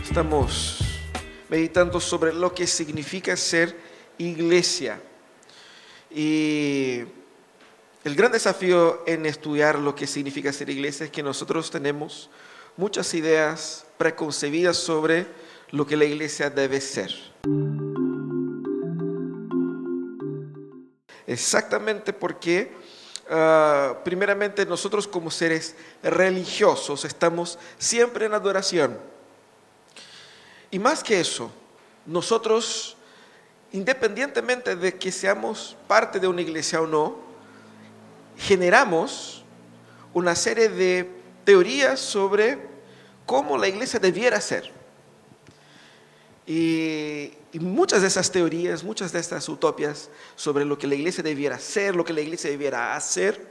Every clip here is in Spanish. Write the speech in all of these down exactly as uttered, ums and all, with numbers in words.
Estamos meditando sobre lo que significa ser iglesia. Y el gran desafío en estudiar lo que significa ser iglesia es que nosotros tenemos muchas ideas preconcebidas sobre lo que la iglesia debe ser. Exactamente porque, uh, primeramente, nosotros como seres religiosos estamos siempre en adoración. Y más que eso, nosotros, independientemente de que seamos parte de una iglesia o no, generamos una serie de teorías sobre cómo la iglesia debiera ser. Y, y muchas de esas teorías, muchas de estas utopias sobre lo que la iglesia debiera ser, lo que la iglesia debiera hacer,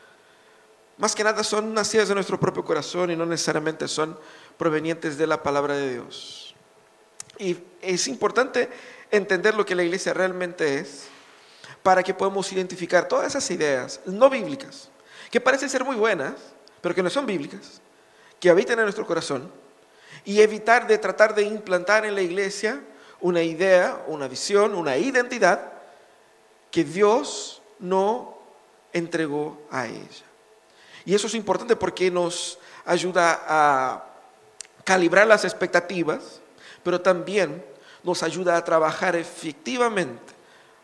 más que nada son nacidas de nuestro propio corazón y no necesariamente son provenientes de la palabra de Dios. Y es importante entender lo que la iglesia realmente es para que podamos identificar todas esas ideas no bíblicas, que parecen ser muy buenas, pero que no son bíblicas, que habitan en nuestro corazón, y evitar de tratar de implantar en la iglesia una idea, una visión, una identidad que Dios no entregó a ella. Y eso es importante porque nos ayuda a calibrar las expectativas, pero también nos ayuda a trabajar efectivamente,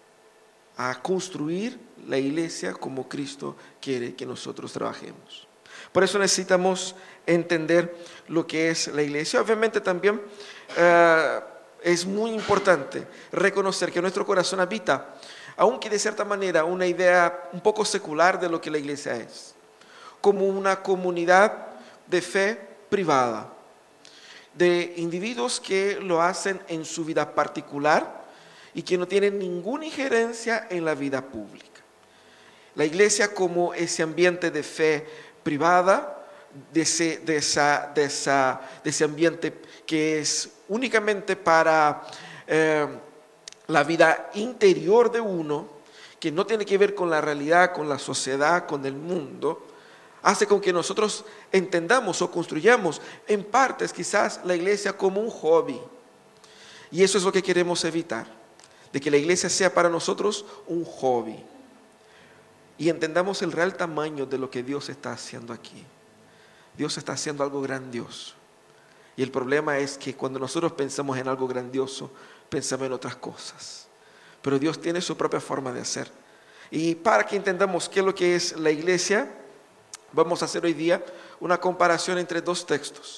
a construir la iglesia como Cristo quiere que nosotros trabajemos. Por eso necesitamos entender lo que es la iglesia. Obviamente también uh, es muy importante reconocer que nuestro corazón habita, aunque de cierta manera, una idea un poco secular de lo que la iglesia es, como una comunidad de fe privada, de individuos que lo hacen en su vida particular y que no tienen ninguna injerencia en la vida pública. La iglesia como ese ambiente de fe privada, de ese, de esa, de esa, de ese ambiente que es únicamente para eh, la vida interior de uno, que no tiene que ver con la realidad, con la sociedad, con el mundo, hace con que nosotros entendamos o construyamos en partes quizás la iglesia como un hobby. Y eso es lo que queremos evitar, de que la iglesia sea para nosotros un hobby. Y entendamos el real tamaño de lo que Dios está haciendo aquí. Dios está haciendo algo grandioso. Y el problema es que cuando nosotros pensamos en algo grandioso, pensamos en otras cosas. Pero Dios tiene su propia forma de hacer. Y para que entendamos qué es lo que es la iglesia, vamos a hacer hoy día una comparación entre dos textos.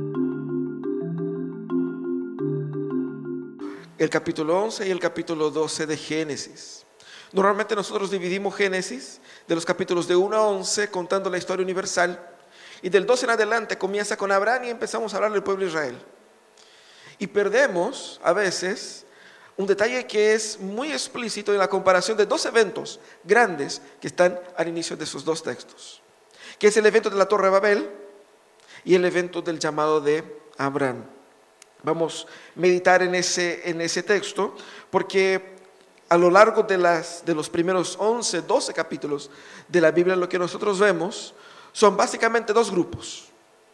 El capítulo once y el capítulo doce de Génesis. Normalmente nosotros dividimos Génesis de los capítulos de uno a once contando la historia universal, y del doce en adelante comienza con Abraham y empezamos a hablar del pueblo de Israel. Y perdemos a veces un detalle que es muy explícito en la comparación de dos eventos grandes que están al inicio de esos dos textos, que es el evento de la Torre de Babel y el evento del llamado de Abraham. Vamos a meditar en ese, en ese texto, porque a lo largo de, las, de los primeros once, doce capítulos de la Biblia, lo que nosotros vemos son básicamente dos grupos.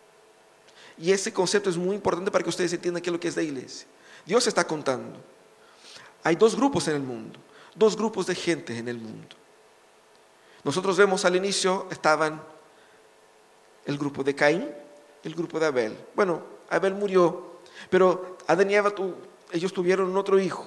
Y ese concepto es muy importante para que ustedes entiendan qué es lo que es la iglesia. Dios está contando. Hay dos grupos en el mundo, dos grupos de gente en el mundo. Nosotros vemos al inicio estaban el grupo de Caín, el grupo de Abel. Bueno, Abel murió, pero Adán y Eva, tu, ellos tuvieron otro hijo.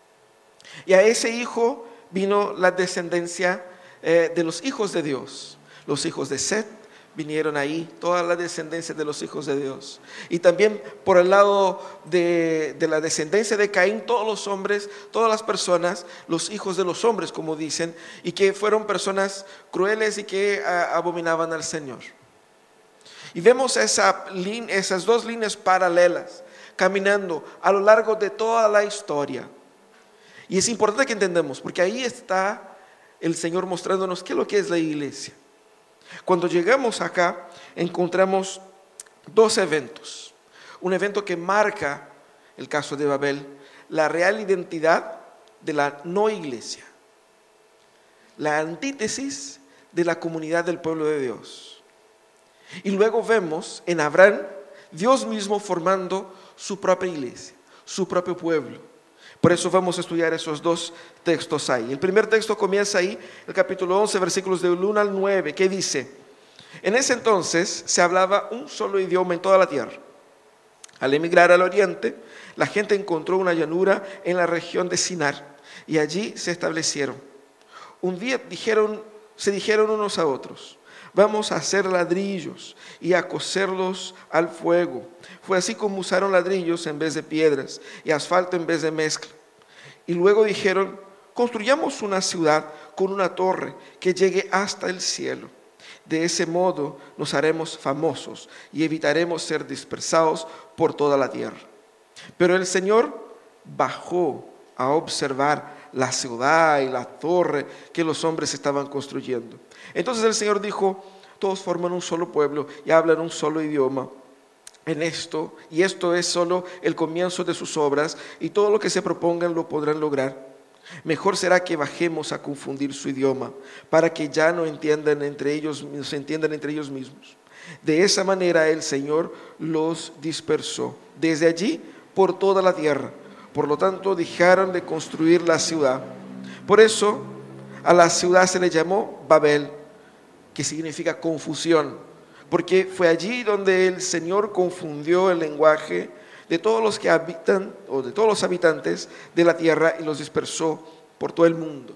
Y a ese hijo vino la descendencia eh, de los hijos de Dios. Los hijos de Set vinieron ahí, toda la descendencia de los hijos de Dios. Y también por el lado de, de la descendencia de Caín, todos los hombres, todas las personas, los hijos de los hombres, como dicen, y que fueron personas crueles y que a, abominaban al Señor. Y vemos esa, esas dos líneas paralelas caminando a lo largo de toda la historia. Y es importante que entendamos, porque ahí está el Señor mostrándonos qué es lo que es la iglesia. Cuando llegamos acá, encontramos dos eventos. Un evento que marca, el caso de Babel, la real identidad de la no iglesia. La antítesis de la comunidad del pueblo de Dios. Y luego vemos en Abraham Dios mismo formando su propia iglesia, su propio pueblo. Por eso vamos a estudiar esos dos textos ahí. El primer texto comienza ahí, el capítulo once, versículos del uno al nueve, que dice: en ese entonces se hablaba un solo idioma en toda la tierra. Al emigrar al oriente, la gente encontró una llanura en la región de Sinar y allí se establecieron. Un día dijeron, se dijeron unos a otros: vamos a hacer ladrillos y a cocerlos al fuego. Fue así como usaron ladrillos en vez de piedras y asfalto en vez de mezcla. Y luego dijeron: construyamos una ciudad con una torre que llegue hasta el cielo. De ese modo nos haremos famosos y evitaremos ser dispersados por toda la tierra. Pero el Señor bajó a observar la ciudad y la torre que los hombres estaban construyendo. Entonces el Señor dijo: todos forman un solo pueblo y hablan un solo idioma. En esto, y esto es solo el comienzo de sus obras, y todo lo que se propongan lo podrán lograr. Mejor será que bajemos a confundir su idioma, para que ya no entiendan entre ellos, se entiendan entre ellos mismos. De esa manera el Señor los dispersó desde allí por toda la tierra. Por lo tanto, dejaron de construir la ciudad. Por eso a la ciudad se le llamó Babel, que significa confusión, porque fue allí donde el Señor confundió el lenguaje de todos los que habitan, o de todos los habitantes de la tierra, y los dispersó por todo el mundo.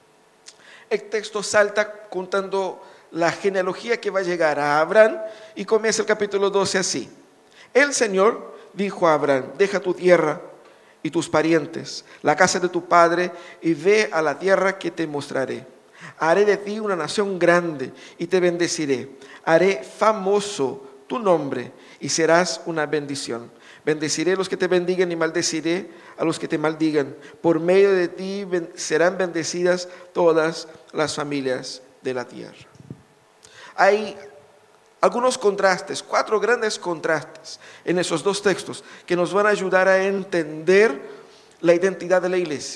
El texto salta contando la genealogía que va a llegar a Abraham, y comienza el capítulo doce así: el Señor dijo a Abraham: deja tu tierra y tus parientes, la casa de tu padre, y ve a la tierra que te mostraré. Haré de ti una nación grande y te bendeciré. Haré famoso tu nombre y serás una bendición. Bendeciré a los que te bendigan y maldeciré a los que te maldigan. Por medio de ti serán bendecidas todas las familias de la tierra. Hay algunos contrastes, cuatro grandes contrastes en esos dos textos que nos van a ayudar a entender la identidad de la iglesia.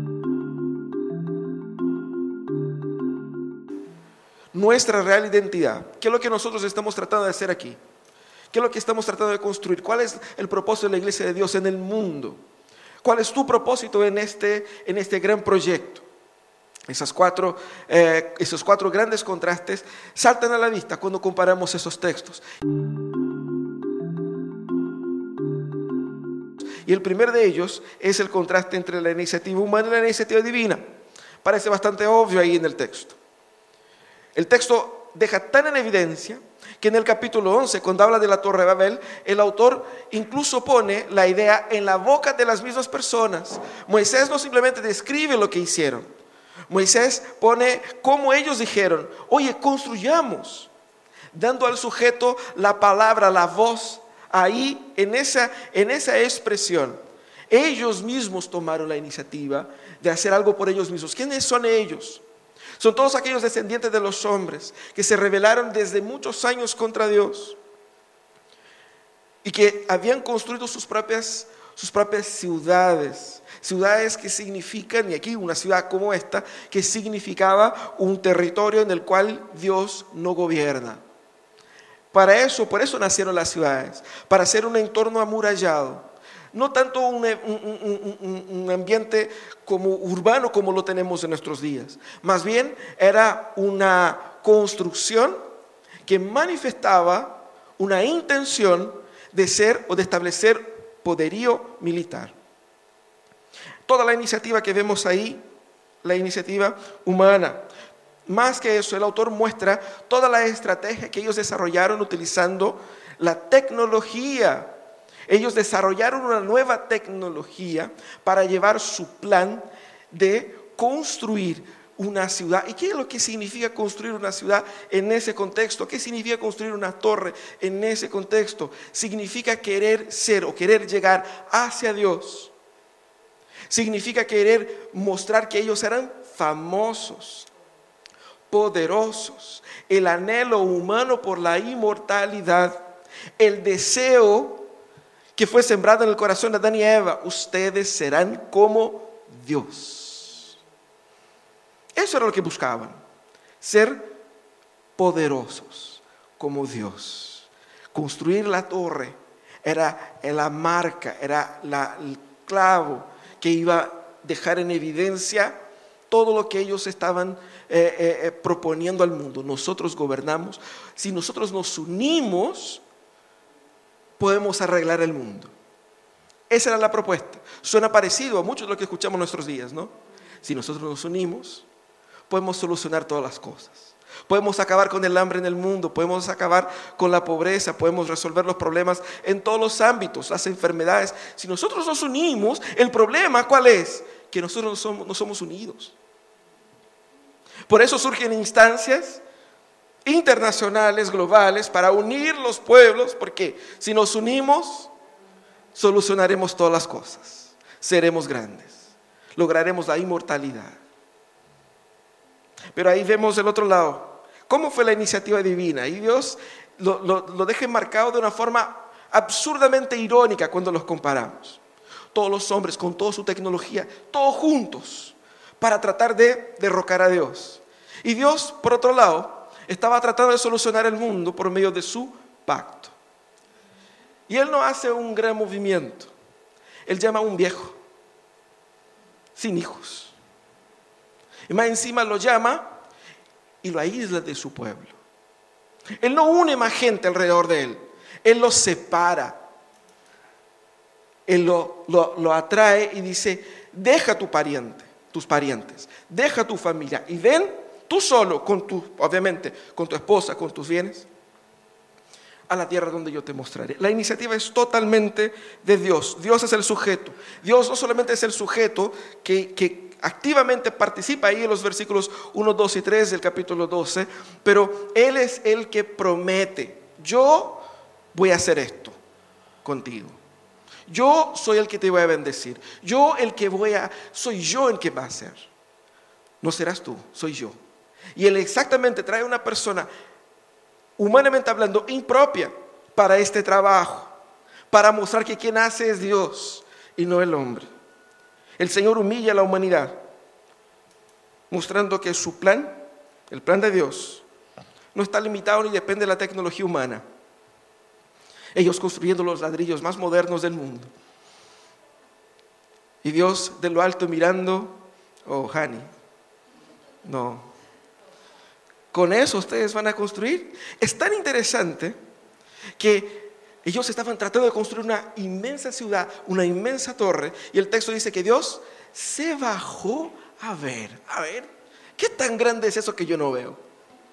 Nuestra real identidad. ¿Qué es lo que nosotros estamos tratando de hacer aquí? ¿Qué es lo que estamos tratando de construir? ¿Cuál es el propósito de la iglesia de Dios en el mundo? ¿Cuál es tu propósito en este, en este gran proyecto? Esas cuatro, eh, esos cuatro grandes contrastes saltan a la vista cuando comparamos esos textos. Y el primer de ellos es el contraste entre la iniciativa humana y la iniciativa divina. Parece bastante obvio ahí en el texto. El texto deja tan en evidencia que en el capítulo once, cuando habla de la Torre de Babel, el autor incluso pone la idea en la boca de las mismas personas. Moisés no simplemente describe lo que hicieron. Moisés pone cómo ellos dijeron: oye, construyamos, dando al sujeto la palabra, la voz, ahí en esa, en esa expresión. Ellos mismos tomaron la iniciativa de hacer algo por ellos mismos. ¿Quiénes son ellos? Son todos aquellos descendientes de los hombres que se rebelaron desde muchos años contra Dios y que habían construido sus propias, sus propias ciudades. Ciudades que significan, y aquí una ciudad como esta, que significaba un territorio en el cual Dios no gobierna. Para eso, por eso nacieron las ciudades, para hacer un entorno amurallado. No tanto un, un, un, un ambiente como urbano como lo tenemos en nuestros días. Más bien era una construcción que manifestaba una intención de ser o de establecer poderío militar. Toda la iniciativa que vemos ahí, la iniciativa humana. Más que eso, el autor muestra toda la estrategia que ellos desarrollaron utilizando la tecnología. Ellos desarrollaron una nueva tecnología para llevar su plan de construir una ciudad. ¿Y qué es lo que significa construir una ciudad en ese contexto? ¿Qué significa construir una torre en ese contexto? Significa querer ser o querer llegar hacia Dios. Significa querer mostrar que ellos eran famosos, poderosos, el anhelo humano por la inmortalidad, el deseo que fue sembrado en el corazón de Adán y Eva: ustedes serán como Dios. Eso era lo que buscaban, ser poderosos como Dios. Construir la torre Era la marca, era la, el clavo que iba a dejar en evidencia todo lo que ellos estaban eh, eh, eh, proponiendo al mundo. Nosotros gobernamos. Si nosotros nos unimos, podemos arreglar el mundo. Esa era la propuesta. Suena parecido a mucho de lo que escuchamos en nuestros días, ¿no? Si nosotros nos unimos, podemos solucionar todas las cosas. Podemos acabar con el hambre en el mundo, podemos acabar con la pobreza, podemos resolver los problemas en todos los ámbitos, las enfermedades. Si nosotros nos unimos, el problema, ¿cuál es? Que nosotros no somos, no somos unidos. Por eso surgen instancias internacionales, globales, para unir los pueblos, porque si nos unimos, solucionaremos todas las cosas, seremos grandes, lograremos la inmortalidad. Pero ahí vemos el otro lado. ¿Cómo fue la iniciativa divina? Y Dios lo, lo, lo deja marcado de una forma absurdamente irónica cuando los comparamos. Todos los hombres con toda su tecnología, todos juntos, para tratar de derrocar a Dios. Y Dios, por otro lado, estaba tratando de solucionar el mundo por medio de su pacto. Y Él no hace un gran movimiento. Él llama a un viejo, sin hijos. Y más encima lo llama y lo aísla de su pueblo. Él no une más gente alrededor de Él. Él lo separa. Él lo, lo, lo atrae y dice, deja tu pariente, tus parientes, deja tu familia y ven tú solo, con tu, obviamente, con tu esposa, con tus bienes, a la tierra donde yo te mostraré. La iniciativa es totalmente de Dios. Dios es el sujeto. Dios no solamente es el sujeto que, que activamente participa ahí en los versículos uno, dos y tres del capítulo doce, pero Él es el que promete, yo voy a hacer esto contigo. Yo soy el que te voy a bendecir. Yo el que voy a, soy yo el que va a hacer. No serás tú, soy yo. Y Él exactamente trae una persona, humanamente hablando, impropia para este trabajo, para mostrar que quien hace es Dios y no el hombre. El Señor humilla a la humanidad, mostrando que su plan, el plan de Dios, no está limitado ni depende de la tecnología humana. Ellos construyendo los ladrillos más modernos del mundo. Y Dios de lo alto mirando, oh, honey, no. ¿Con eso ustedes van a construir? Es tan interesante que ellos estaban tratando de construir una inmensa ciudad, una inmensa torre, y el texto dice que Dios se bajó a ver, a ver, ¿qué tan grande es eso que yo no veo?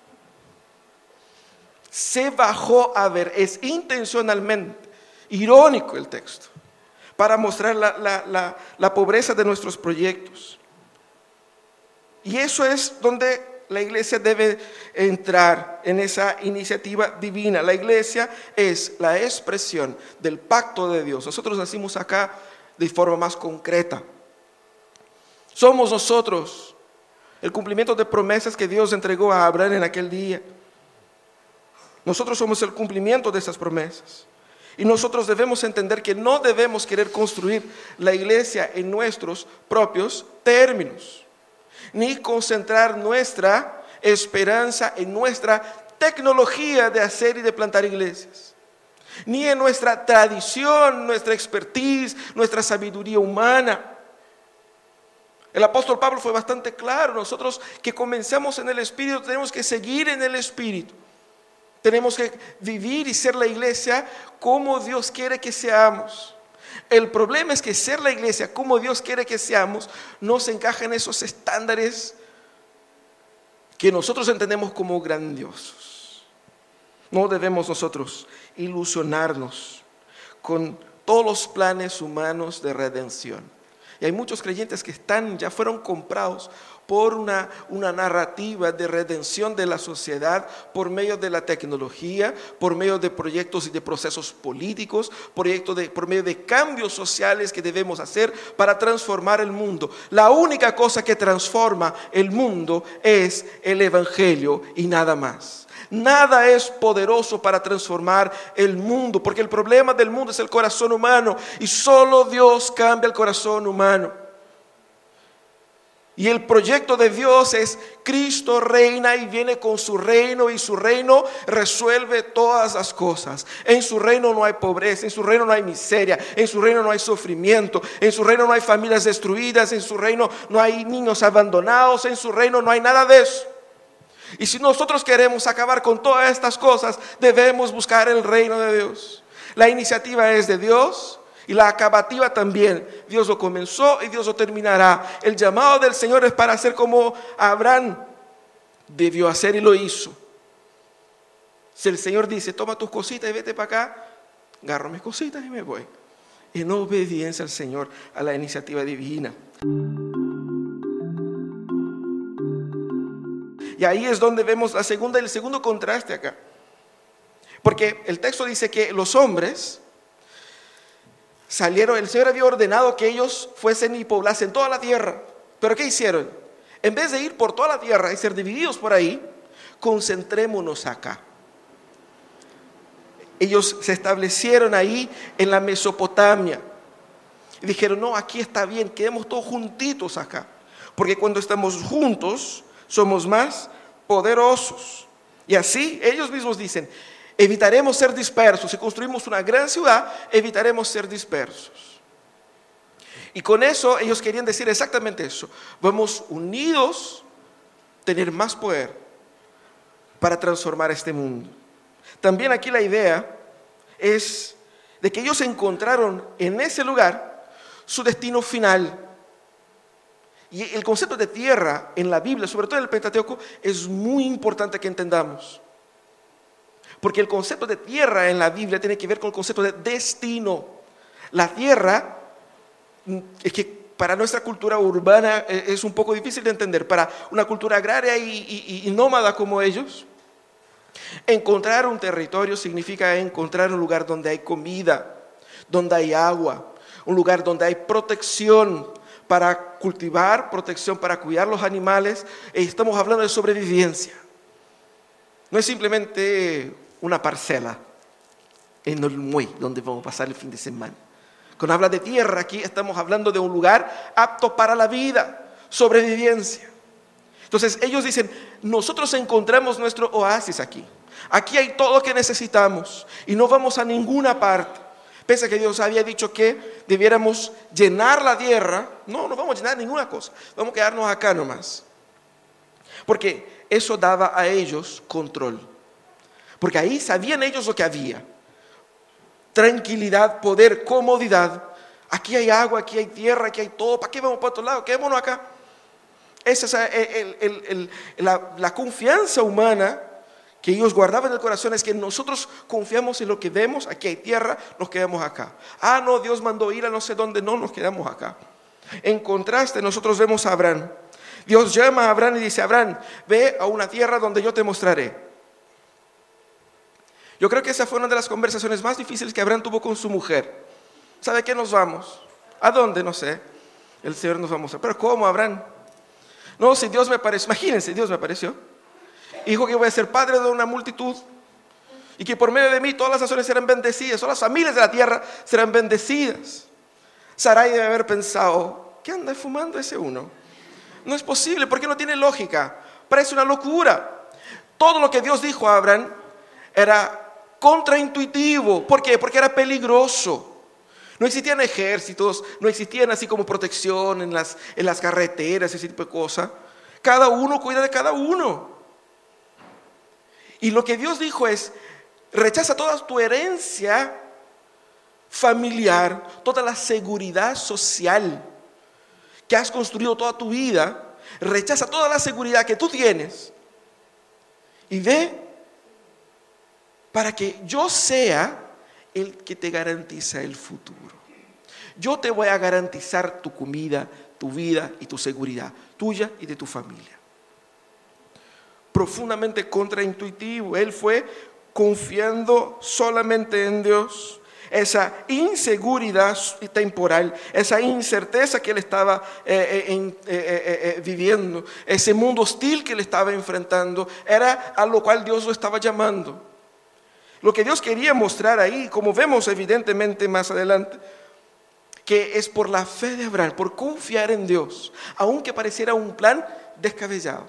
Se bajó a ver, es intencionalmente irónico el texto, para mostrar la, la, la, la pobreza de nuestros proyectos. Y eso es donde la iglesia debe entrar en esa iniciativa divina. La iglesia es la expresión del pacto de Dios. Nosotros nacimos acá de forma más concreta. Somos nosotros el cumplimiento de promesas que Dios entregó a Abraham en aquel día. Nosotros somos el cumplimiento de esas promesas. Y nosotros debemos entender que no debemos querer construir la iglesia en nuestros propios términos, ni concentrar nuestra esperanza en nuestra tecnología de hacer y de plantar iglesias, ni en nuestra tradición, nuestra expertise, nuestra sabiduría humana. El apóstol Pablo fue bastante claro: nosotros que comenzamos en el Espíritu tenemos que seguir en el Espíritu. Tenemos que vivir y ser la iglesia como Dios quiere que seamos. El problema es que ser la iglesia como Dios quiere que seamos no se encaja en esos estándares que nosotros entendemos como grandiosos. No debemos nosotros ilusionarnos con todos los planes humanos de redención. Y hay muchos creyentes que están, ya fueron comprados por una, una narrativa de redención de la sociedad por medio de la tecnología, por medio de proyectos y de procesos políticos, proyectos de, por medio de cambios sociales que debemos hacer para transformar el mundo. La única cosa que transforma el mundo es el Evangelio y nada más. Nada es poderoso para transformar el mundo, porque el problema del mundo es el corazón humano y solo Dios cambia el corazón humano. Y el proyecto de Dios es Cristo reina y viene con su reino, y su reino resuelve todas las cosas. En su reino no hay pobreza, en su reino no hay miseria, en su reino no hay sufrimiento, en su reino no hay familias destruidas, en su reino no hay niños abandonados, en su reino no hay nada de eso. Y si nosotros queremos acabar con todas estas cosas, debemos buscar el reino de Dios. La iniciativa es de Dios. Y la acabativa también. Dios lo comenzó y Dios lo terminará. El llamado del Señor es para hacer como Abraham debió hacer y lo hizo. Si el Señor dice, toma tus cositas y vete para acá, agarro mis cositas y me voy. En obediencia al Señor, a la iniciativa divina. Y ahí es donde vemos la segunda, el segundo contraste acá. Porque el texto dice que los hombres salieron, el Señor había ordenado que ellos fuesen y poblasen toda la tierra. ¿Pero qué hicieron? En vez de ir por toda la tierra y ser divididos por ahí, concentrémonos acá. Ellos se establecieron ahí en la Mesopotamia. Y dijeron, no, aquí está bien, quedemos todos juntitos acá. Porque cuando estamos juntos, somos más poderosos. Y así, ellos mismos dicen, evitaremos ser dispersos. Si construimos una gran ciudad, evitaremos ser dispersos. Y con eso ellos querían decir exactamente eso. Vamos unidos tener más poder para transformar este mundo. También aquí la idea es de que ellos encontraron en ese lugar su destino final. Y el concepto de tierra en la Biblia, sobre todo en el Pentateuco, es muy importante que entendamos. Porque el concepto de tierra en la Biblia tiene que ver con el concepto de destino. La tierra, es que para nuestra cultura urbana es un poco difícil de entender. Para una cultura agraria y, y, y nómada como ellos, encontrar un territorio significa encontrar un lugar donde hay comida, donde hay agua, un lugar donde hay protección para cultivar, protección para cuidar los animales. Estamos hablando de sobrevivencia. No es simplemente una parcela en el muelle donde vamos a pasar el fin de semana. Cuando habla de tierra aquí estamos hablando de un lugar apto para la vida, sobrevivencia. Entonces ellos dicen, nosotros encontramos nuestro oasis aquí. Aquí hay todo lo que necesitamos y no vamos a ninguna parte. Pese a que Dios había dicho que debiéramos llenar la tierra, no, no vamos a llenar ninguna cosa. Vamos a quedarnos acá nomás. Porque eso daba a ellos control. Porque ahí sabían ellos lo que había. Tranquilidad, poder, comodidad. Aquí hay agua, aquí hay tierra, aquí hay todo. ¿Para qué vamos para otro lado? Quedémonos acá. Esa es el, el, el, la, la confianza humana que ellos guardaban en el corazón. Es que nosotros confiamos en lo que vemos. Aquí hay tierra, nos quedamos acá. Ah, no, Dios mandó ir a no sé dónde. No, nos quedamos acá. En contraste, nosotros vemos a Abraham. Dios llama a Abraham y dice, Abraham, ve a una tierra donde yo te mostraré. Yo creo que esa fue una de las conversaciones más difíciles que Abraham tuvo con su mujer. ¿Sabe qué nos vamos? ¿A dónde? No sé. El Señor nos va a mostrar. ¿Pero cómo, Abraham? No, si Dios me apareció, imagínense, Dios me apareció. Dijo que voy a ser padre de una multitud y que por medio de mí todas las naciones serán bendecidas, todas las familias de la tierra serán bendecidas. Sarai debe haber pensado, ¿qué anda fumando ese uno? No es posible, porque no tiene lógica. Parece una locura. Todo lo que Dios dijo a Abraham era contraintuitivo. ¿Por qué? Porque era peligroso. No existían ejércitos, no existían así como protección en las, en las carreteras, ese tipo de cosas. Cada uno cuida de cada uno. Y lo que Dios dijo es, rechaza toda tu herencia familiar, toda la seguridad social que has construido toda tu vida, rechaza toda la seguridad que tú tienes y ve para que yo sea el que te garantiza el futuro. Yo te voy a garantizar tu comida, tu vida y tu seguridad, tuya y de tu familia. Profundamente contraintuitivo. Él fue confiando solamente en Dios. Esa inseguridad temporal, esa incerteza que él estaba eh, eh, eh, eh, viviendo, ese mundo hostil que él estaba enfrentando, era a lo cual Dios lo estaba llamando. Lo que Dios quería mostrar ahí, como vemos evidentemente más adelante, que es por la fe de Abraham, por confiar en Dios, aunque pareciera un plan descabellado.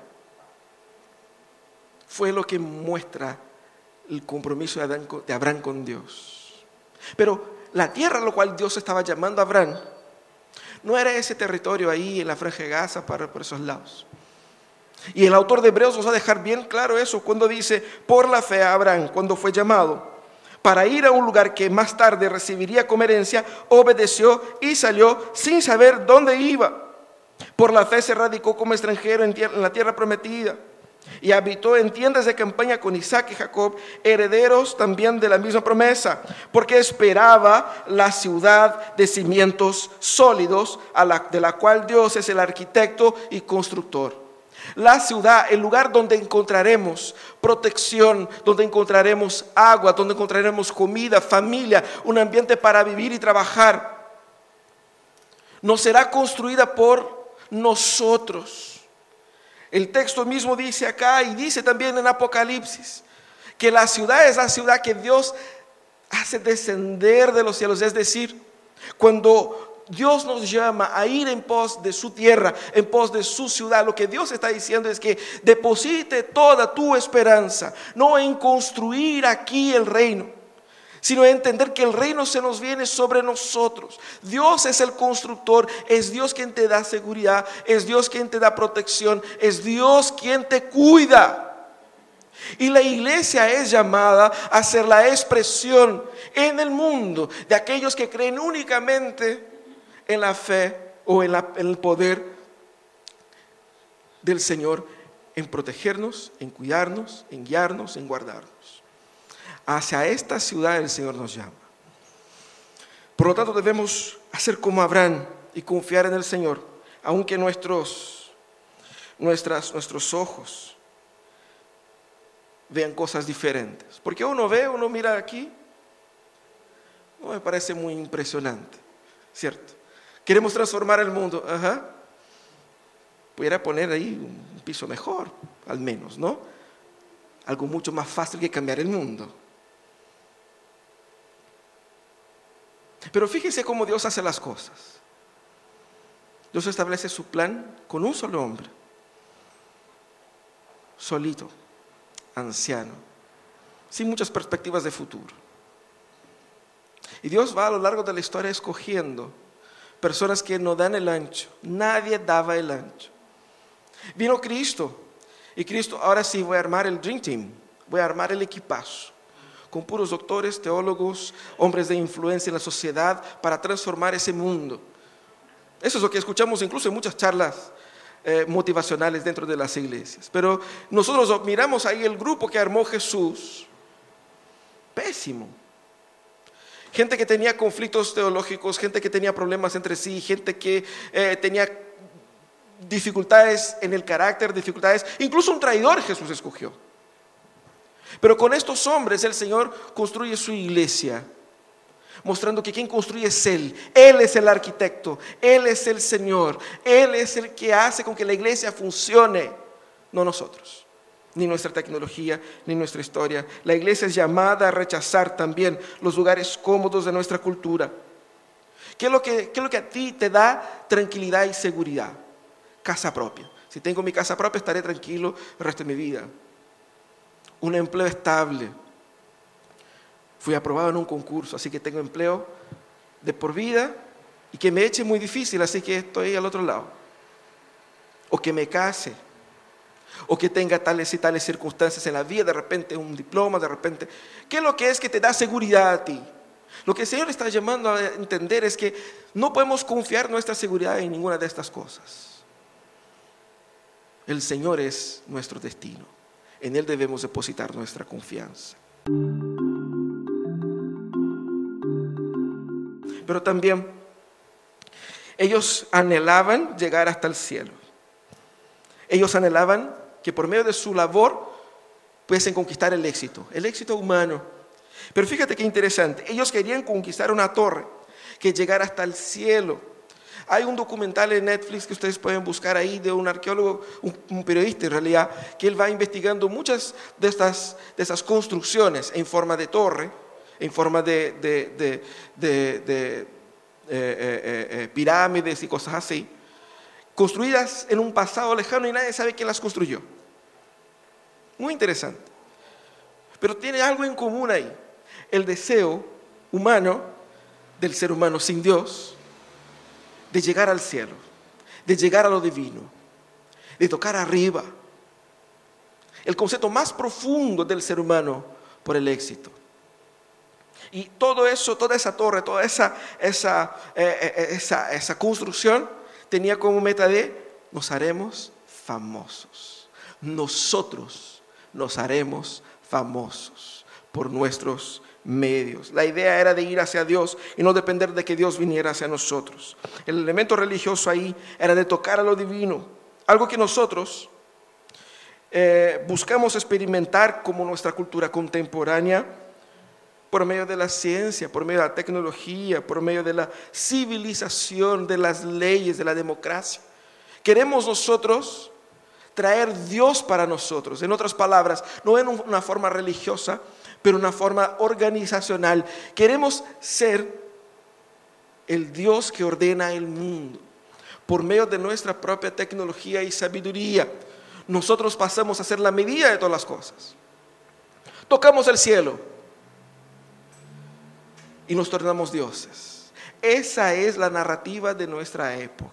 Fue lo que muestra el compromiso de Abraham con Dios. Pero la tierra a la cual Dios estaba llamando a Abraham no era ese territorio ahí en la franja de Gaza, para, por esos lados. Y el autor de Hebreos nos va a dejar bien claro eso cuando dice, por la fe a Abraham, cuando fue llamado para ir a un lugar que más tarde recibiría como herencia, obedeció y salió sin saber dónde iba. Por la fe se radicó como extranjero en, tierra, en la tierra prometida y habitó en tiendas de campaña con Isaac y Jacob, herederos también de la misma promesa, porque esperaba la ciudad de cimientos sólidos, a la, de la cual Dios es el arquitecto y constructor. La ciudad, el lugar donde encontraremos protección, donde encontraremos agua, donde encontraremos comida, familia, un ambiente para vivir y trabajar, no será construida por nosotros. El texto mismo dice acá y dice también en Apocalipsis que la ciudad es la ciudad que Dios hace descender de los cielos. Es decir, cuando Dios nos llama a ir en pos de su tierra, en pos de su ciudad, lo que Dios está diciendo es que deposite toda tu esperanza, no en construir aquí el reino, sino en entender que el reino se nos viene sobre nosotros. Dios es el constructor, es Dios quien te da seguridad, es Dios quien te da protección, es Dios quien te cuida. Y la iglesia es llamada a ser la expresión en el mundo de aquellos que creen únicamente en la fe o en, la, en el poder del Señor, en protegernos, en cuidarnos, en guiarnos, en guardarnos. Hacia esta ciudad el Señor nos llama. Por lo tanto, debemos hacer como Abraham y confiar en el Señor, aunque nuestros, nuestras, nuestros ojos vean cosas diferentes. Porque uno ve, uno mira aquí, no me parece muy impresionante, ¿cierto? Queremos transformar el mundo, ajá. Pudiera poner ahí un piso mejor, al menos, ¿no? Algo mucho más fácil que cambiar el mundo. Pero fíjense cómo Dios hace las cosas. Dios establece su plan con un solo hombre, solito, anciano, sin muchas perspectivas de futuro. Y Dios va a lo largo de la historia escogiendo personas que no dan el ancho. Nadie daba el ancho. Vino Cristo. Y Cristo, ahora sí voy a armar el Dream Team. Voy a armar el equipazo. Con puros doctores, teólogos, hombres de influencia en la sociedad para transformar ese mundo. Eso es lo que escuchamos incluso en muchas charlas eh, motivacionales dentro de las iglesias. Pero nosotros miramos ahí el grupo que armó Jesús. Pésimo. Gente que tenía conflictos teológicos, gente que tenía problemas entre sí, gente que eh, tenía dificultades en el carácter, dificultades, incluso un traidor Jesús escogió. Pero con estos hombres el Señor construye su iglesia, mostrando que quien construye es Él. Él es el arquitecto, Él es el Señor, Él es el que hace con que la iglesia funcione, no nosotros. Ni nuestra tecnología, ni nuestra historia. La iglesia es llamada a rechazar también los lugares cómodos de nuestra cultura. ¿Qué es lo que, qué es lo que a ti te da tranquilidad y seguridad? Casa propia. Si tengo mi casa propia, estaré tranquilo el resto de mi vida. Un empleo estable. Fui aprobado en un concurso, así que tengo empleo de por vida y que me eche muy difícil, así que estoy al otro lado. O que me case. O que tenga tales y tales circunstancias en la vida, de repente un diploma, de repente. ¿Qué es lo que es que te da seguridad a ti? Lo que el Señor está llamando a entender es que no podemos confiar nuestra seguridad en ninguna de estas cosas. El Señor es nuestro destino. En Él debemos depositar nuestra confianza. Pero también ellos anhelaban llegar hasta el cielo. Ellos anhelaban que por medio de su labor pudiesen conquistar el éxito, el éxito humano. Pero fíjate qué interesante, ellos querían conquistar una torre que llegara hasta el cielo. Hay un documental en Netflix que ustedes pueden buscar ahí de un arqueólogo, un, un periodista en realidad, que él va investigando muchas de estas, de estas construcciones en forma de torre, en forma de, de, de, de, de eh, eh, eh, pirámides y cosas así, construidas en un pasado lejano y nadie sabe quién las construyó. Muy interesante. Pero tiene algo en común ahí: el deseo humano del ser humano sin Dios de llegar al cielo, de llegar a lo divino, de tocar arriba. El concepto más profundo del ser humano por el éxito. Y todo eso, toda esa torre, toda esa, esa, eh, esa, esa construcción tenía como meta de: nos haremos famosos. Nosotros nos haremos famosos por nuestros medios. La idea era de ir hacia Dios y no depender de que Dios viniera hacia nosotros. El elemento religioso ahí era de tocar a lo divino, algo que nosotros eh, buscamos experimentar como nuestra cultura contemporánea por medio de la ciencia, por medio de la tecnología, por medio de la civilización, de las leyes, de la democracia. Queremos nosotros traer Dios para nosotros. En otras palabras, no en una forma religiosa, pero una forma organizacional. Queremos ser el Dios que ordena el mundo. Por medio de nuestra propia tecnología y sabiduría, nosotros pasamos a ser la medida de todas las cosas. Tocamos el cielo y nos tornamos dioses. Esa es la narrativa de nuestra época.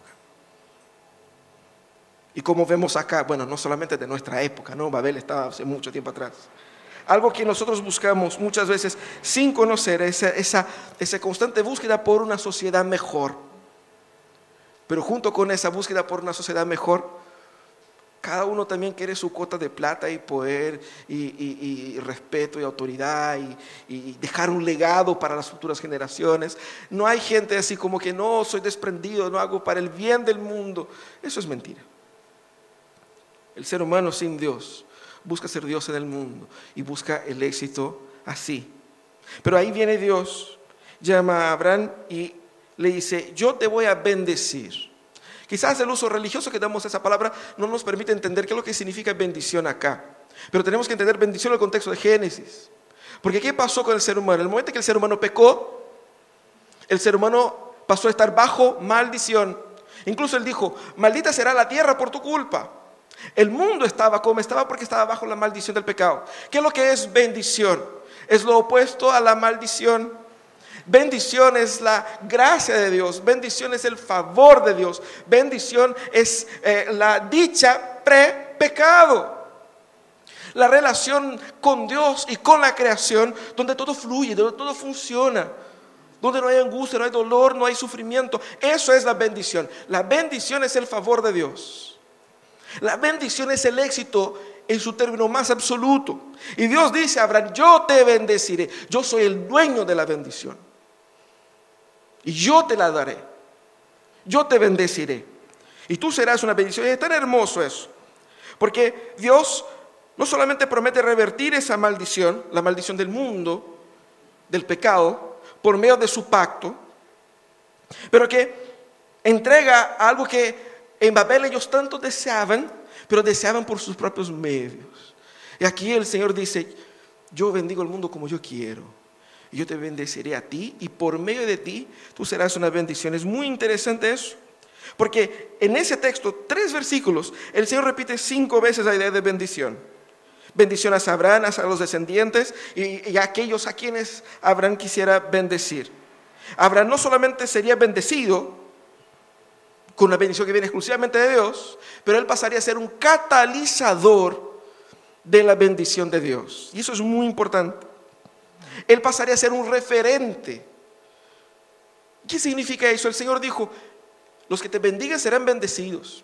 Y como vemos acá, bueno, no solamente de nuestra época, ¿no? Babel estaba hace mucho tiempo atrás. Algo que nosotros buscamos muchas veces sin conocer, esa, esa, esa constante búsqueda por una sociedad mejor. Pero junto con esa búsqueda por una sociedad mejor, cada uno también quiere su cuota de plata y poder y, y, y respeto y autoridad y, y dejar un legado para las futuras generaciones. No hay gente así como que no, soy desprendido, no hago para el bien del mundo. Eso es mentira. El ser humano sin Dios busca ser Dios en el mundo y busca el éxito así. Pero ahí viene Dios, llama a Abraham y le dice: yo te voy a bendecir. Quizás el uso religioso que damos a esa palabra no nos permite entender qué es lo que significa bendición acá. Pero tenemos que entender bendición en el contexto de Génesis. Porque ¿qué pasó con el ser humano? En el momento que el ser humano pecó, el ser humano pasó a estar bajo maldición. Incluso él dijo: maldita será la tierra por tu culpa. El mundo estaba como estaba porque estaba bajo la maldición del pecado. ¿Qué es lo que es bendición? Es lo opuesto a la maldición. Bendición es la gracia de Dios. Bendición es el favor de Dios. Bendición es eh, la dicha pre-pecado. La relación con Dios y con la creación, donde todo fluye, donde todo funciona, donde no hay angustia, no hay dolor, no hay sufrimiento. Eso es la bendición. La bendición es el favor de Dios. La bendición es el éxito en su término más absoluto. Y Dios dice a Abraham: yo te bendeciré. Yo soy el dueño de la bendición. Y yo te la daré. Yo te bendeciré. Y tú serás una bendición. Y es tan hermoso eso. Porque Dios no solamente promete revertir esa maldición, la maldición del mundo, del pecado, por medio de su pacto, pero que entrega algo que en Babel ellos tanto deseaban, pero deseaban por sus propios medios. Y aquí el Señor dice: yo bendigo el mundo como yo quiero. Y yo te bendeciré a ti y por medio de ti tú serás una bendición. Es muy interesante eso. Porque en ese texto, tres versículos, el Señor repite cinco veces la idea de bendición. Bendición a Abraham, a los descendientes y, y a aquellos a quienes Abraham quisiera bendecir. Abraham no solamente sería bendecido con una bendición que viene exclusivamente de Dios, pero él pasaría a ser un catalizador de la bendición de Dios. Y eso es muy importante. Él pasaría a ser un referente. ¿Qué significa eso? El Señor dijo: los que te bendigan serán bendecidos.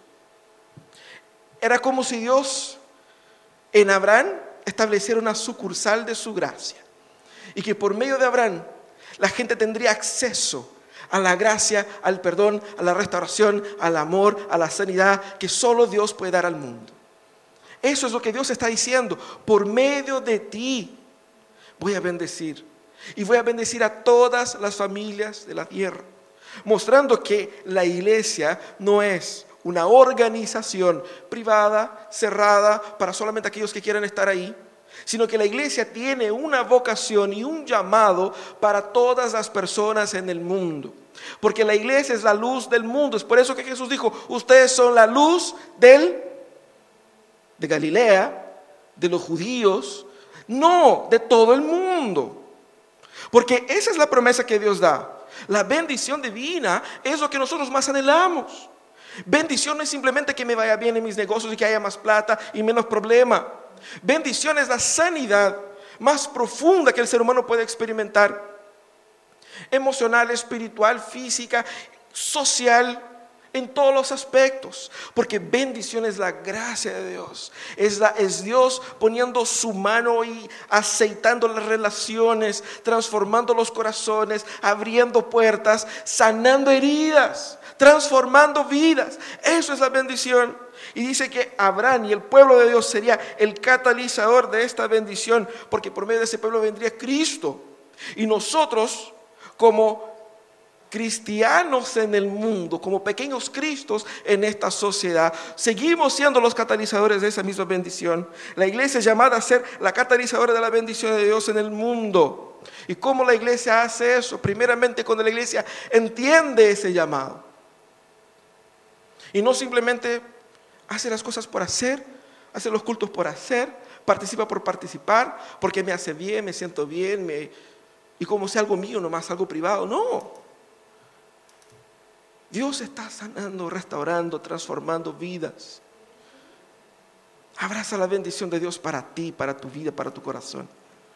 Era como si Dios en Abraham estableciera una sucursal de su gracia. Y que por medio de Abraham la gente tendría acceso a la gracia, al perdón, a la restauración, al amor, a la sanidad que solo Dios puede dar al mundo. Eso es lo que Dios está diciendo: por medio de ti voy a bendecir. Y voy a bendecir a todas las familias de la tierra. Mostrando que la iglesia no es una organización privada, cerrada, para solamente aquellos que quieran estar ahí, sino que la iglesia tiene una vocación y un llamado para todas las personas en el mundo. Porque la iglesia es la luz del mundo. Es por eso que Jesús dijo, ustedes son la luz del, de Galilea, de los judíos, no de todo el mundo. Porque esa es la promesa que Dios da. La bendición divina es lo que nosotros más anhelamos. Bendición no es simplemente que me vaya bien en mis negocios y que haya más plata y menos problema. Bendición es la sanidad más profunda que el ser humano puede experimentar. Emocional, espiritual, física, social, en todos los aspectos. Porque bendición es la gracia de Dios. Es, la, es Dios poniendo su mano y aceitando las relaciones, transformando los corazones, abriendo puertas, sanando heridas, transformando vidas. Eso es la bendición. Y dice que Abraham y el pueblo de Dios sería el catalizador de esta bendición, porque por medio de ese pueblo vendría Cristo. Y nosotros, como cristianos en el mundo, como pequeños cristos en esta sociedad, seguimos siendo los catalizadores de esa misma bendición. La iglesia es llamada a ser la catalizadora de la bendición de Dios en el mundo. ¿Y cómo la iglesia hace eso? Primeramente, cuando la iglesia entiende ese llamado y no simplemente hace las cosas por hacer, hace los cultos por hacer, participa por participar, porque me hace bien, me siento bien, me, y como sea algo mío, nomás algo privado. No. Dios está sanando, restaurando, transformando vidas. Abraza la bendición de Dios para ti, para tu vida, para tu corazón.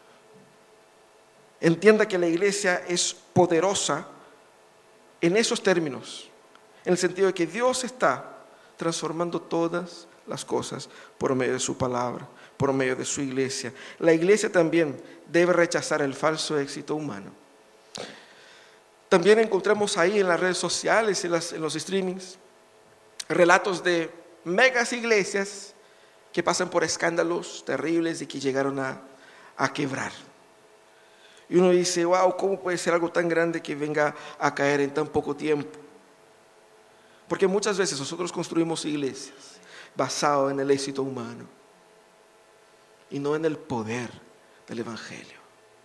Entienda que la iglesia es poderosa en esos términos, en el sentido de que Dios está transformando todas las cosas por medio de su palabra, por medio de su iglesia. La iglesia también debe rechazar el falso éxito humano. También encontramos ahí en las redes sociales, en, las, en los streamings, relatos de megas iglesias que pasan por escándalos terribles y que llegaron a, a quebrar. Y uno dice, wow, ¿cómo puede ser algo tan grande que venga a caer en tan poco tiempo? Porque muchas veces nosotros construimos iglesias basadas en el éxito humano y no en el poder del evangelio.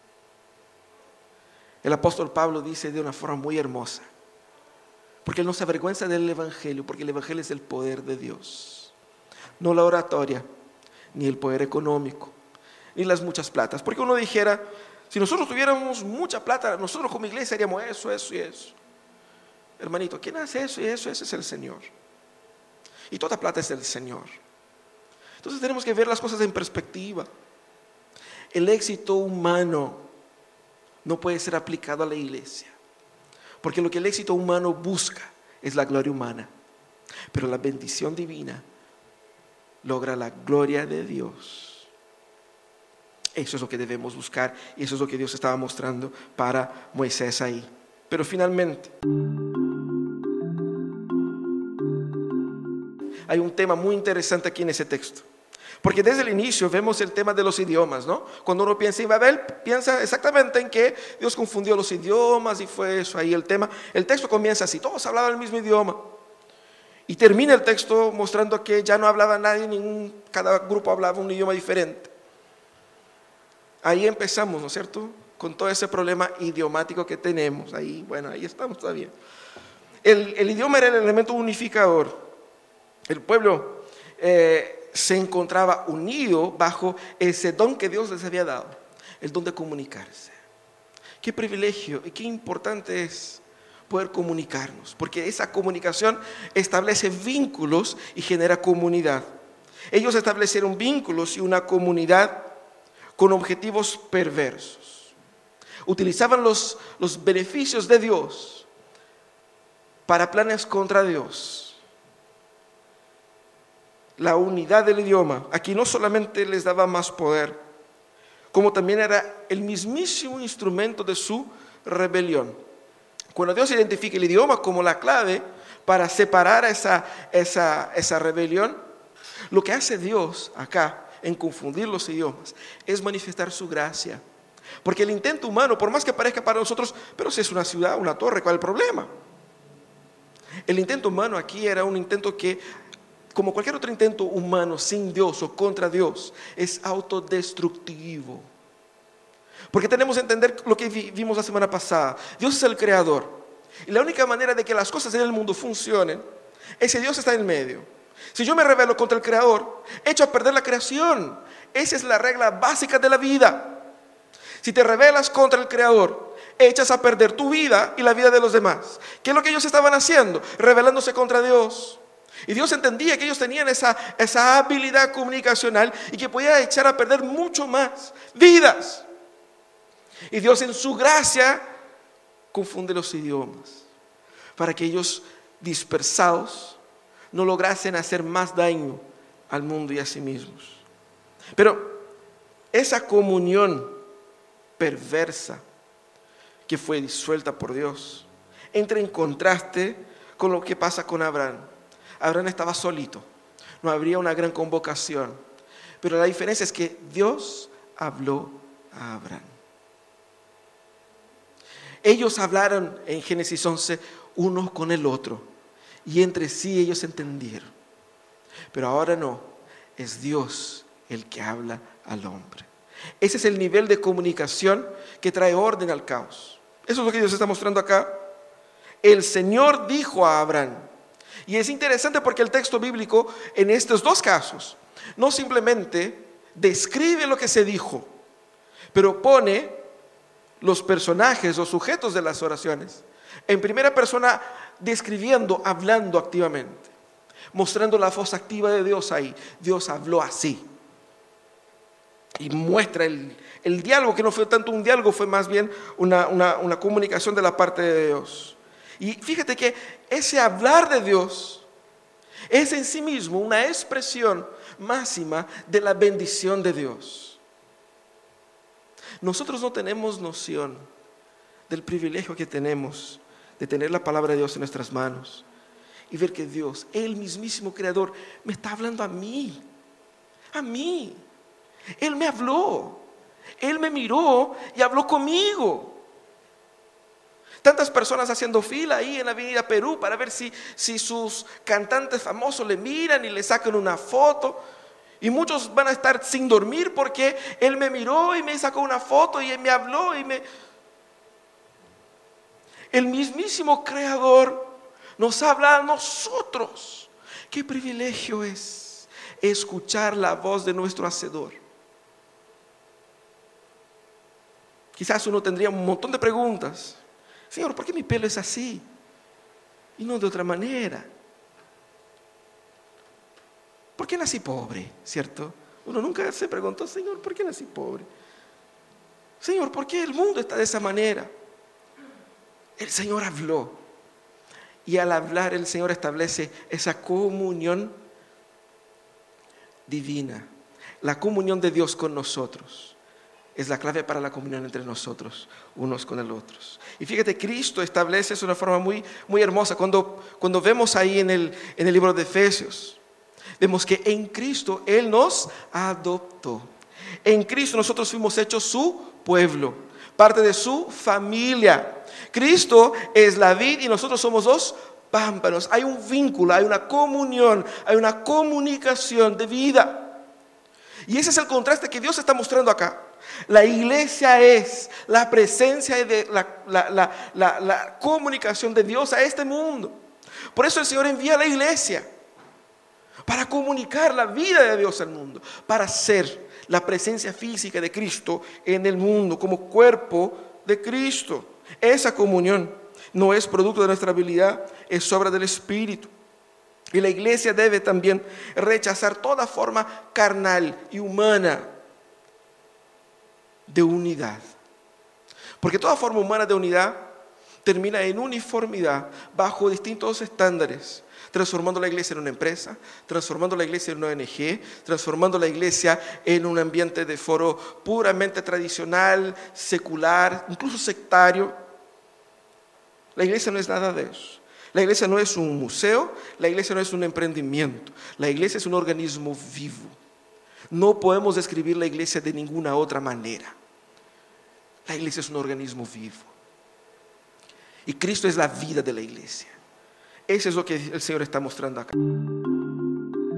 El apóstol Pablo dice de una forma muy hermosa, porque él no se avergüenza del evangelio, porque el evangelio es el poder de Dios, no la oratoria, ni el poder económico, ni las muchas platas. Porque uno dijera, si nosotros tuviéramos mucha plata, nosotros como iglesia haríamos eso, eso y eso. Hermanito, ¿quién hace eso y eso? Ese es el Señor. Y toda plata es del Señor. Entonces tenemos que ver las cosas en perspectiva. El éxito humano no puede ser aplicado a la iglesia, porque lo que el éxito humano busca es la gloria humana, pero la bendición divina logra la gloria de Dios. Eso es lo que debemos buscar, y eso es lo que Dios estaba mostrando para Moisés ahí. Pero finalmente hay un tema muy interesante aquí en ese texto, porque desde el inicio vemos el tema de los idiomas, ¿no? Cuando uno piensa en Babel, piensa exactamente en que Dios confundió los idiomas y fue eso ahí el tema. El texto comienza así, todos hablaban el mismo idioma. Y termina el texto mostrando que ya no hablaba nadie, ningún, cada grupo hablaba un idioma diferente. Ahí empezamos, ¿no es cierto? Con todo ese problema idiomático que tenemos. Ahí, bueno, ahí estamos todavía. El, el idioma era el elemento unificador. El pueblo eh, se encontraba unido bajo ese don que Dios les había dado, el don de comunicarse. Qué privilegio y qué importante es poder comunicarnos, porque esa comunicación establece vínculos y genera comunidad. Ellos establecieron vínculos y una comunidad con objetivos perversos. Utilizaban los, los beneficios de Dios para planes contra Dios. La unidad del idioma aquí no solamente les daba más poder, como también era el mismísimo instrumento de su rebelión. Cuando Dios identifica el idioma como la clave para separar esa, esa, esa rebelión, lo que hace Dios acá en confundir los idiomas es manifestar su gracia. Porque el intento humano, por más que parezca para nosotros, pero si es una ciudad, una torre, ¿cuál es el problema? El intento humano aquí era un intento que como cualquier otro intento humano sin Dios o contra Dios, es autodestructivo. Porque tenemos que entender lo que vimos la semana pasada. Dios es el creador. Y la única manera de que las cosas en el mundo funcionen es que Dios está en medio. Si yo me rebelo contra el creador, echo a perder la creación. Esa es la regla básica de la vida. Si te rebelas contra el creador, echas a perder tu vida y la vida de los demás. ¿Qué es lo que ellos estaban haciendo? Rebelándose contra Dios. Y Dios entendía que ellos tenían esa, esa habilidad comunicacional y que podía echar a perder mucho más vidas. Y Dios en su gracia confunde los idiomas para que ellos dispersados no lograsen hacer más daño al mundo y a sí mismos. Pero esa comunión perversa que fue disuelta por Dios entra en contraste con lo que pasa con Abraham. Abraham estaba solito, no habría una gran convocación, pero la diferencia es que Dios habló a Abraham. Ellos hablaron en Génesis once uno con el otro y entre sí ellos entendieron, pero ahora no, es Dios el que habla al hombre. Ese es el nivel de comunicación que trae orden al caos. Eso es lo que Dios está mostrando acá. El Señor dijo a Abraham. Y es interesante porque el texto bíblico en estos dos casos no simplemente describe lo que se dijo, pero pone los personajes o sujetos de las oraciones en primera persona, describiendo, hablando activamente, mostrando la voz activa de Dios ahí. Dios habló así. Y muestra el, el diálogo, que no fue tanto un diálogo, fue más bien una, una, una comunicación de la parte de Dios. Y fíjate que ese hablar de Dios es en sí mismo una expresión máxima de la bendición de Dios. Nosotros no tenemos noción del privilegio que tenemos de tener la palabra de Dios en nuestras manos y ver que Dios, el mismísimo Creador, me está hablando a mí, a mí. Él me habló, Él me miró y habló conmigo. Tantas personas haciendo fila ahí en la avenida Perú para ver si, si sus cantantes famosos le miran y le sacan una foto. Y muchos van a estar sin dormir porque Él me miró y me sacó una foto y Él me habló y me... El mismísimo Creador nos habla a nosotros. Qué privilegio es escuchar la voz de nuestro Hacedor. Quizás uno tendría un montón de preguntas. Señor, ¿por qué mi pelo es así y no de otra manera? ¿Por qué nací pobre? ¿Cierto? Uno nunca se preguntó, Señor, ¿por qué nací pobre? Señor, ¿por qué el mundo está de esa manera? El Señor habló. Y al hablar el Señor establece esa comunión divina. La comunión de Dios con nosotros es la clave para la comunión entre nosotros, unos con el otros. Y fíjate, Cristo establece eso de una forma muy, muy hermosa. Cuando, cuando vemos ahí en el, en el libro de Efesios, vemos que en Cristo Él nos adoptó. En Cristo nosotros fuimos hechos su pueblo, parte de su familia. Cristo es la vid y nosotros somos los pámpanos. Hay un vínculo, hay una comunión, hay una comunicación de vida. Y ese es el contraste que Dios está mostrando acá. La iglesia es la presencia de la, la, la, la, la comunicación de Dios a este mundo. Por eso el Señor envía a la iglesia para comunicar la vida de Dios al mundo, para ser la presencia física de Cristo en el mundo como cuerpo de Cristo. Esa comunión no es producto de nuestra habilidad, es obra del Espíritu. Y la iglesia debe también rechazar toda forma carnal y humana de unidad. Porque toda forma humana de unidad termina en uniformidad bajo distintos estándares, transformando la iglesia en una empresa, transformando la iglesia en una O N G, transformando la iglesia en un ambiente de foro puramente tradicional, secular, incluso sectario. La iglesia no es nada de eso. La iglesia no es un museo, la iglesia no es un emprendimiento, la iglesia es un organismo vivo. No podemos describir la iglesia de ninguna otra manera. La iglesia es un organismo vivo. Y Cristo es la vida de la iglesia. Eso es lo que el Señor está mostrando acá.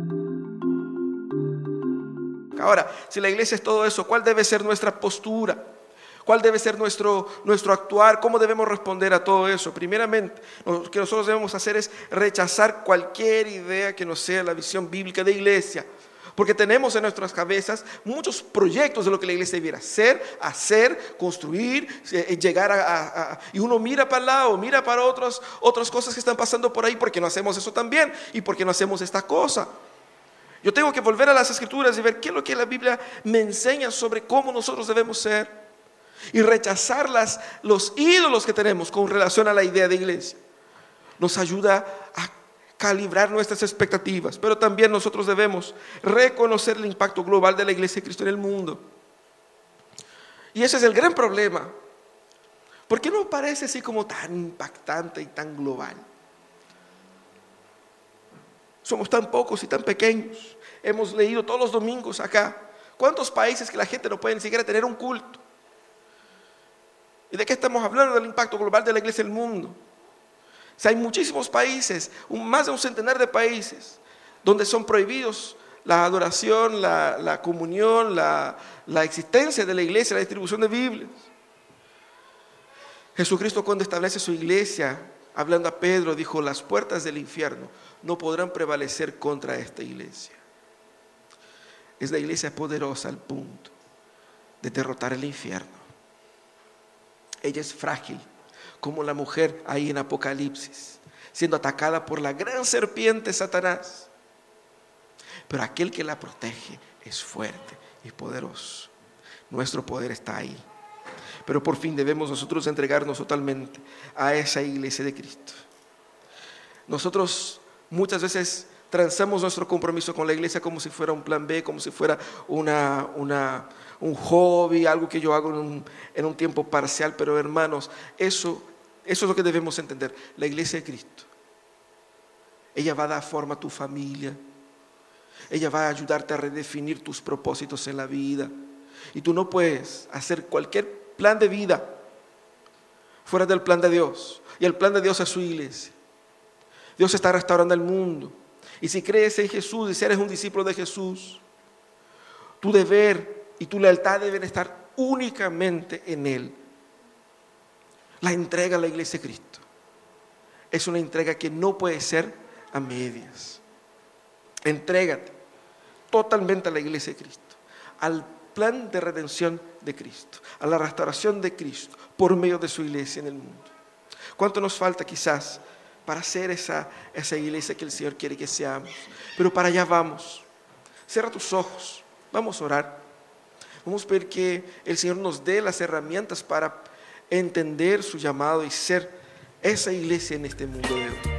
Ahora, si la iglesia es todo eso, ¿cuál debe ser nuestra postura? ¿Cuál debe ser nuestro, nuestro actuar? ¿Cómo debemos responder a todo eso? Primeramente, lo que nosotros debemos hacer es rechazar cualquier idea que no sea la visión bíblica de iglesia. Porque tenemos en nuestras cabezas muchos proyectos de lo que la iglesia debiera ser, hacer, construir, eh, llegar a, a, a... Y uno mira para el lado, mira para otros, otras cosas que están pasando por ahí. ¿Por qué no hacemos eso también? ¿Y por qué no hacemos esta cosa? Yo tengo que volver a las Escrituras y ver qué es lo que la Biblia me enseña sobre cómo nosotros debemos ser. Y rechazar las, los ídolos que tenemos con relación a la idea de iglesia nos ayuda a calibrar nuestras expectativas. Pero también nosotros debemos reconocer el impacto global de la iglesia de Cristo en el mundo. Y ese es el gran problema. ¿Por qué no parece así como tan impactante y tan global? Somos tan pocos y tan pequeños. Hemos leído todos los domingos acá. ¿Cuántos países que la gente no puede ni siquiera tener un culto? ¿Y de qué estamos hablando? Del impacto global de la iglesia en el mundo. O sea, hay muchísimos países, un, más de un centenar de países, donde son prohibidos la adoración, la, la comunión, la, la existencia de la iglesia, la distribución de Biblias. Jesucristo, cuando establece su iglesia, hablando a Pedro, dijo: las puertas del infierno no podrán prevalecer contra esta iglesia. Es la iglesia poderosa al punto de derrotar el infierno. Ella es frágil, como la mujer ahí en Apocalipsis, siendo atacada por la gran serpiente Satanás. Pero aquel que la protege es fuerte y poderoso. Nuestro poder está ahí. Pero por fin debemos nosotros entregarnos totalmente a esa iglesia de Cristo. Nosotros muchas veces transamos nuestro compromiso con la iglesia como si fuera un plan B, como si fuera una, una, un hobby, algo que yo hago en un, en un tiempo parcial. Pero hermanos, eso, eso es lo que debemos entender. La iglesia de Cristo, ella va a dar forma a tu familia. Ella va a ayudarte a redefinir tus propósitos en la vida. Y tú no puedes hacer cualquier plan de vida fuera del plan de Dios. Y el plan de Dios es su iglesia. Dios está restaurando el mundo. Y si crees en Jesús y si eres un discípulo de Jesús, tu deber y tu lealtad deben estar únicamente en Él. La entrega a la iglesia de Cristo es una entrega que no puede ser a medias. Entrégate totalmente a la iglesia de Cristo, al plan de redención de Cristo, a la restauración de Cristo por medio de su iglesia en el mundo. ¿Cuánto nos falta quizás para ser esa, esa iglesia que el Señor quiere que seamos? Pero para allá vamos. Cierra tus ojos, vamos a orar. Vamos a pedir que el Señor nos dé las herramientas para entender su llamado y ser esa iglesia en este mundo de hoy.